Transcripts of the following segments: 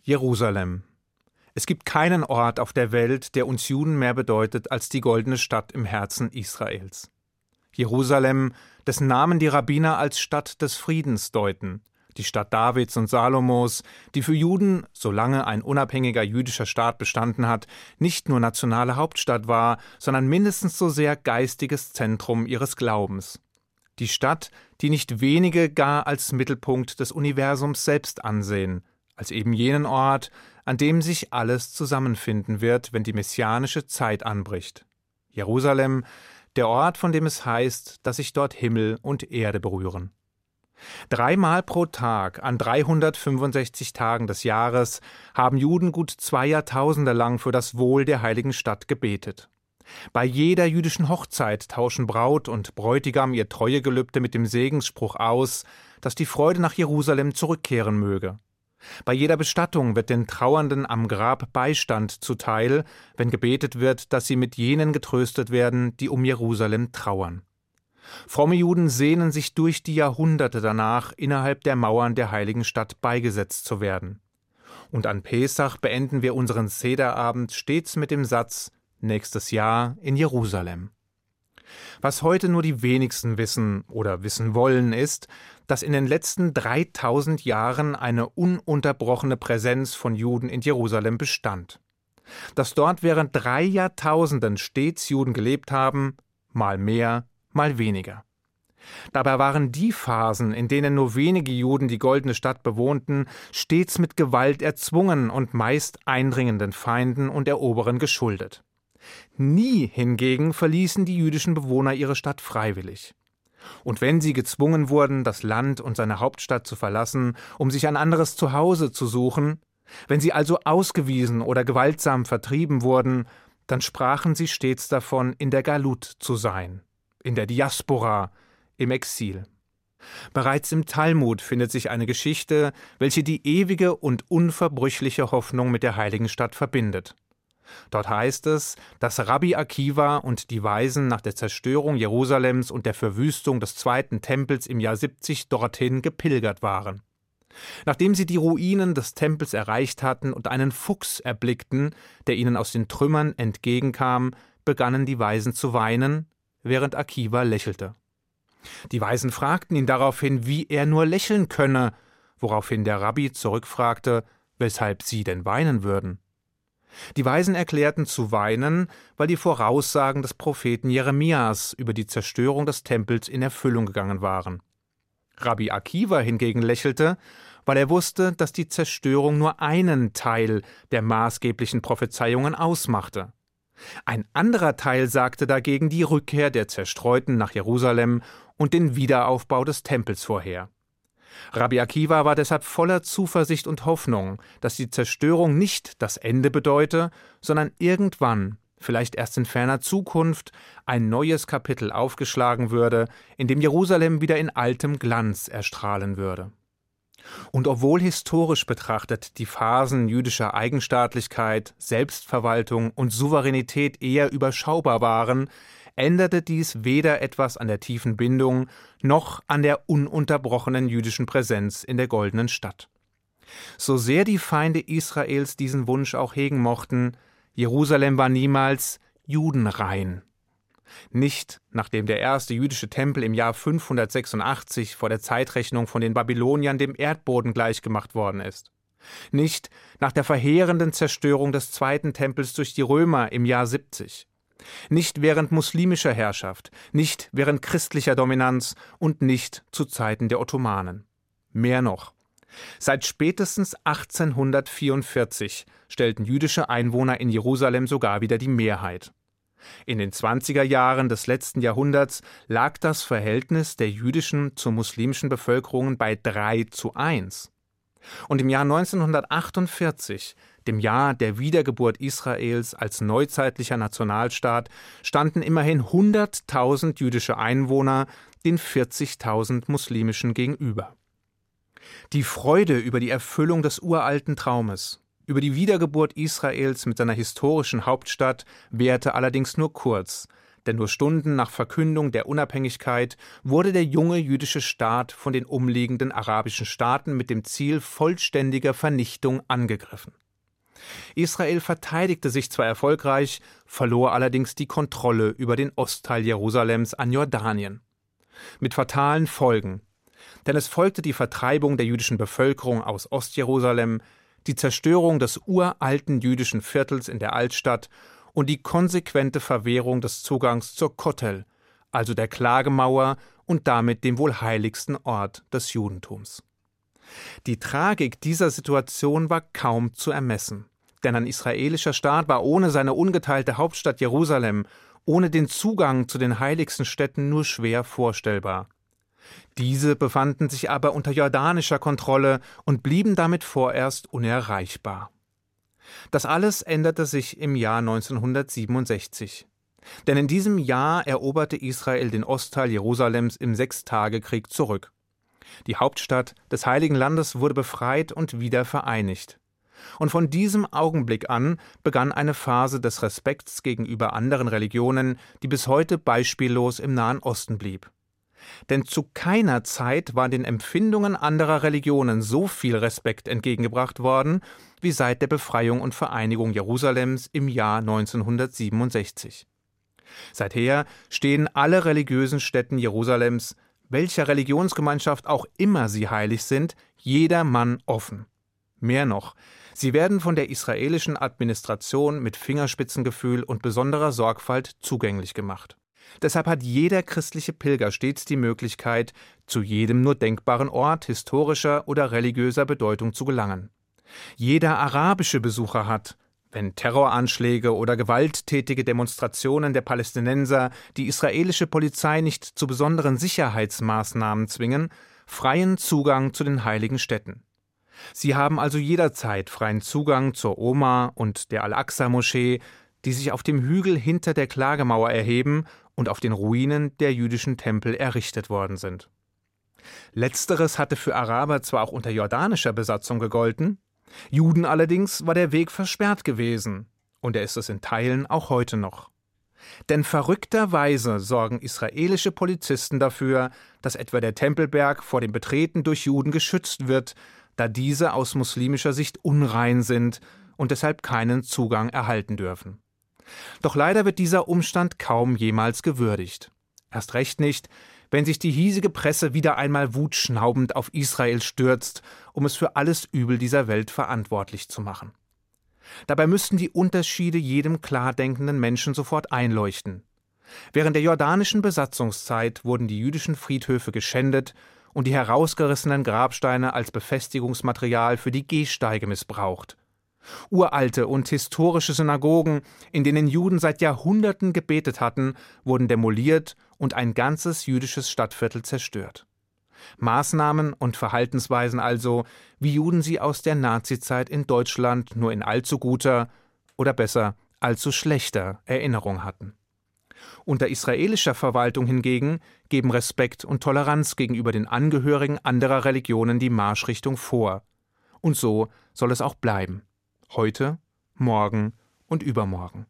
Jerusalem. Es gibt keinen Ort auf der Welt, der uns Juden mehr bedeutet als die goldene Stadt im Herzen Israels. Jerusalem, dessen Namen die Rabbiner als Stadt des Friedens deuten, die Stadt Davids und Salomos, die für Juden, solange ein unabhängiger jüdischer Staat bestanden hat, nicht nur nationale Hauptstadt war, sondern mindestens so sehr geistiges Zentrum ihres Glaubens. Die Stadt, die nicht wenige gar als Mittelpunkt des Universums selbst ansehen, als eben jenen Ort, an dem sich alles zusammenfinden wird, wenn die messianische Zeit anbricht. Jerusalem, der Ort, von dem es heißt, dass sich dort Himmel und Erde berühren. 3-mal pro Tag an 365 Tagen des Jahres haben Juden gut 2 Jahrtausende lang für das Wohl der heiligen Stadt gebetet. Bei jeder jüdischen Hochzeit tauschen Braut und Bräutigam ihr Treuegelübde mit dem Segensspruch aus, dass die Freude nach Jerusalem zurückkehren möge. Bei jeder Bestattung wird den Trauernden am Grab Beistand zuteil, wenn gebetet wird, dass sie mit jenen getröstet werden, die um Jerusalem trauern. Fromme Juden sehnen sich durch die Jahrhunderte danach, innerhalb der Mauern der heiligen Stadt beigesetzt zu werden. Und an Pesach beenden wir unseren Sederabend stets mit dem Satz: Nächstes Jahr in Jerusalem. Was heute nur die wenigsten wissen oder wissen wollen, ist, dass in den letzten 3000 Jahren eine ununterbrochene Präsenz von Juden in Jerusalem bestand. Dass dort während 3 Jahrtausenden stets Juden gelebt haben, mal mehr, mal weniger. Dabei waren die Phasen, in denen nur wenige Juden die goldene Stadt bewohnten, stets mit Gewalt erzwungen und meist eindringenden Feinden und Eroberern geschuldet. Nie hingegen verließen die jüdischen Bewohner ihre Stadt freiwillig. Und wenn sie gezwungen wurden, das Land und seine Hauptstadt zu verlassen, um sich ein anderes Zuhause zu suchen, wenn sie also ausgewiesen oder gewaltsam vertrieben wurden, dann sprachen sie stets davon, in der Galut zu sein, in der Diaspora, im Exil. Bereits im Talmud findet sich eine Geschichte, welche die ewige und unverbrüchliche Hoffnung mit der heiligen Stadt verbindet. Dort heißt es, dass Rabbi Akiva und die Weisen nach der Zerstörung Jerusalems und der Verwüstung des zweiten Tempels im Jahr 70 dorthin gepilgert waren. Nachdem sie die Ruinen des Tempels erreicht hatten und einen Fuchs erblickten, der ihnen aus den Trümmern entgegenkam, begannen die Weisen zu weinen, während Akiva lächelte. Die Weisen fragten ihn daraufhin, wie er nur lächeln könne, woraufhin der Rabbi zurückfragte, weshalb sie denn weinen würden. Die Weisen erklärten zu weinen, weil die Voraussagen des Propheten Jeremias über die Zerstörung des Tempels in Erfüllung gegangen waren. Rabbi Akiva hingegen lächelte, weil er wusste, dass die Zerstörung nur einen Teil der maßgeblichen Prophezeiungen ausmachte. Ein anderer Teil sagte dagegen die Rückkehr der Zerstreuten nach Jerusalem und den Wiederaufbau des Tempels vorher. Rabbi Akiva war deshalb voller Zuversicht und Hoffnung, dass die Zerstörung nicht das Ende bedeute, sondern irgendwann, vielleicht erst in ferner Zukunft, ein neues Kapitel aufgeschlagen würde, in dem Jerusalem wieder in altem Glanz erstrahlen würde. Und obwohl historisch betrachtet die Phasen jüdischer Eigenstaatlichkeit, Selbstverwaltung und Souveränität eher überschaubar waren, änderte dies weder etwas an der tiefen Bindung noch an der ununterbrochenen jüdischen Präsenz in der goldenen Stadt. So sehr die Feinde Israels diesen Wunsch auch hegen mochten, Jerusalem war niemals judenrein. Nicht, nachdem der erste jüdische Tempel im Jahr 586 vor der Zeitrechnung von den Babyloniern dem Erdboden gleichgemacht worden ist. Nicht nach der verheerenden Zerstörung des zweiten Tempels durch die Römer im Jahr 70. Nicht während muslimischer Herrschaft, nicht während christlicher Dominanz und nicht zu Zeiten der Ottomanen. Mehr noch. Seit spätestens 1844 stellten jüdische Einwohner in Jerusalem sogar wieder die Mehrheit. In den 20er Jahren des letzten Jahrhunderts lag das Verhältnis der jüdischen zur muslimischen Bevölkerung bei 3:1. Und im Jahr 1948, dem Jahr der Wiedergeburt Israels als neuzeitlicher Nationalstaat, standen immerhin 100.000 jüdische Einwohner den 40.000 muslimischen gegenüber. Die Freude über die Erfüllung des uralten Traumes, über die Wiedergeburt Israels mit seiner historischen Hauptstadt währte allerdings nur kurz, Denn nur Stunden nach Verkündung der Unabhängigkeit wurde der junge jüdische Staat von den umliegenden arabischen Staaten mit dem Ziel vollständiger Vernichtung angegriffen. Israel verteidigte sich zwar erfolgreich, verlor allerdings die Kontrolle über den Ostteil Jerusalems an Jordanien. Mit fatalen Folgen. Denn es folgte die Vertreibung der jüdischen Bevölkerung aus Ostjerusalem, die Zerstörung des uralten jüdischen Viertels in der Altstadt und die konsequente Verwehrung des Zugangs zur Kotel, also der Klagemauer und damit dem wohl heiligsten Ort des Judentums. Die Tragik dieser Situation war kaum zu ermessen, denn ein israelischer Staat war ohne seine ungeteilte Hauptstadt Jerusalem, ohne den Zugang zu den heiligsten Städten nur schwer vorstellbar. Diese befanden sich aber unter jordanischer Kontrolle und blieben damit vorerst unerreichbar. Das alles änderte sich im Jahr 1967. Denn in diesem Jahr eroberte Israel den Ostteil Jerusalems im Sechstagekrieg zurück. Die Hauptstadt des Heiligen Landes wurde befreit und wieder vereinigt. Und von diesem Augenblick an begann eine Phase des Respekts gegenüber anderen Religionen, die bis heute beispiellos im Nahen Osten blieb. Denn zu keiner Zeit war den Empfindungen anderer Religionen so viel Respekt entgegengebracht worden, wie seit der Befreiung und Vereinigung Jerusalems im Jahr 1967. Seither stehen alle religiösen Stätten Jerusalems, welcher Religionsgemeinschaft auch immer sie heilig sind, jedermann offen. Mehr noch, sie werden von der israelischen Administration mit Fingerspitzengefühl und besonderer Sorgfalt zugänglich gemacht. Deshalb hat jeder christliche Pilger stets die Möglichkeit, zu jedem nur denkbaren Ort historischer oder religiöser Bedeutung zu gelangen. Jeder arabische Besucher hat, wenn Terroranschläge oder gewalttätige Demonstrationen der Palästinenser die israelische Polizei nicht zu besonderen Sicherheitsmaßnahmen zwingen, freien Zugang zu den heiligen Stätten. Sie haben also jederzeit freien Zugang zur Oma und der Al-Aqsa-Moschee, die sich auf dem Hügel hinter der Klagemauer erheben und auf den Ruinen der jüdischen Tempel errichtet worden sind. Letzteres hatte für Araber zwar auch unter jordanischer Besatzung gegolten, Juden allerdings war der Weg versperrt gewesen, und er ist es in Teilen auch heute noch. Denn verrückterweise sorgen israelische Polizisten dafür, dass etwa der Tempelberg vor dem Betreten durch Juden geschützt wird, da diese aus muslimischer Sicht unrein sind und deshalb keinen Zugang erhalten dürfen. Doch leider wird dieser Umstand kaum jemals gewürdigt. Erst recht nicht, wenn sich die hiesige Presse wieder einmal wutschnaubend auf Israel stürzt, um es für alles Übel dieser Welt verantwortlich zu machen. Dabei müssten die Unterschiede jedem klar denkenden Menschen sofort einleuchten. Während der jordanischen Besatzungszeit wurden die jüdischen Friedhöfe geschändet und die herausgerissenen Grabsteine als Befestigungsmaterial für die Gehsteige missbraucht. Uralte und historische Synagogen, in denen Juden seit Jahrhunderten gebetet hatten, wurden demoliert und ein ganzes jüdisches Stadtviertel zerstört. Maßnahmen und Verhaltensweisen also, wie Juden sie aus der Nazizeit in Deutschland nur in allzu guter oder besser allzu schlechter Erinnerung hatten. Unter israelischer Verwaltung hingegen geben Respekt und Toleranz gegenüber den Angehörigen anderer Religionen die Marschrichtung vor. Und so soll es auch bleiben. Heute, morgen und übermorgen.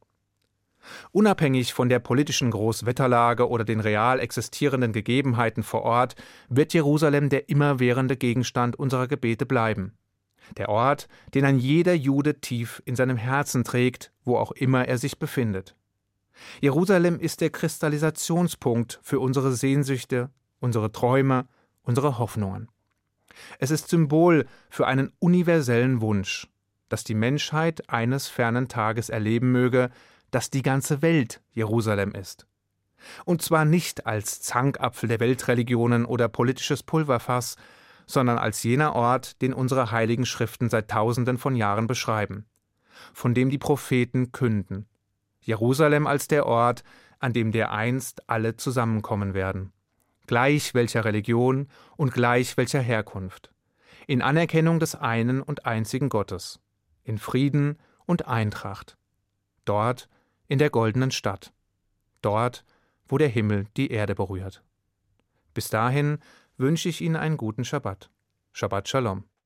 Unabhängig von der politischen Großwetterlage oder den real existierenden Gegebenheiten vor Ort wird Jerusalem der immerwährende Gegenstand unserer Gebete bleiben. Der Ort, den ein jeder Jude tief in seinem Herzen trägt, wo auch immer er sich befindet. Jerusalem ist der Kristallisationspunkt für unsere Sehnsüchte, unsere Träume, unsere Hoffnungen. Es ist Symbol für einen universellen Wunsch, dass die Menschheit eines fernen Tages erleben möge, dass die ganze Welt Jerusalem ist. Und zwar nicht als Zankapfel der Weltreligionen oder politisches Pulverfass, sondern als jener Ort, den unsere heiligen Schriften seit Tausenden von Jahren beschreiben, von dem die Propheten künden. Jerusalem als der Ort, an dem dereinst alle zusammenkommen werden, gleich welcher Religion und gleich welcher Herkunft, in Anerkennung des einen und einzigen Gottes, in Frieden und Eintracht, dort in der goldenen Stadt, dort, wo der Himmel die Erde berührt. Bis dahin wünsche ich Ihnen einen guten Schabbat. Shabbat Shalom.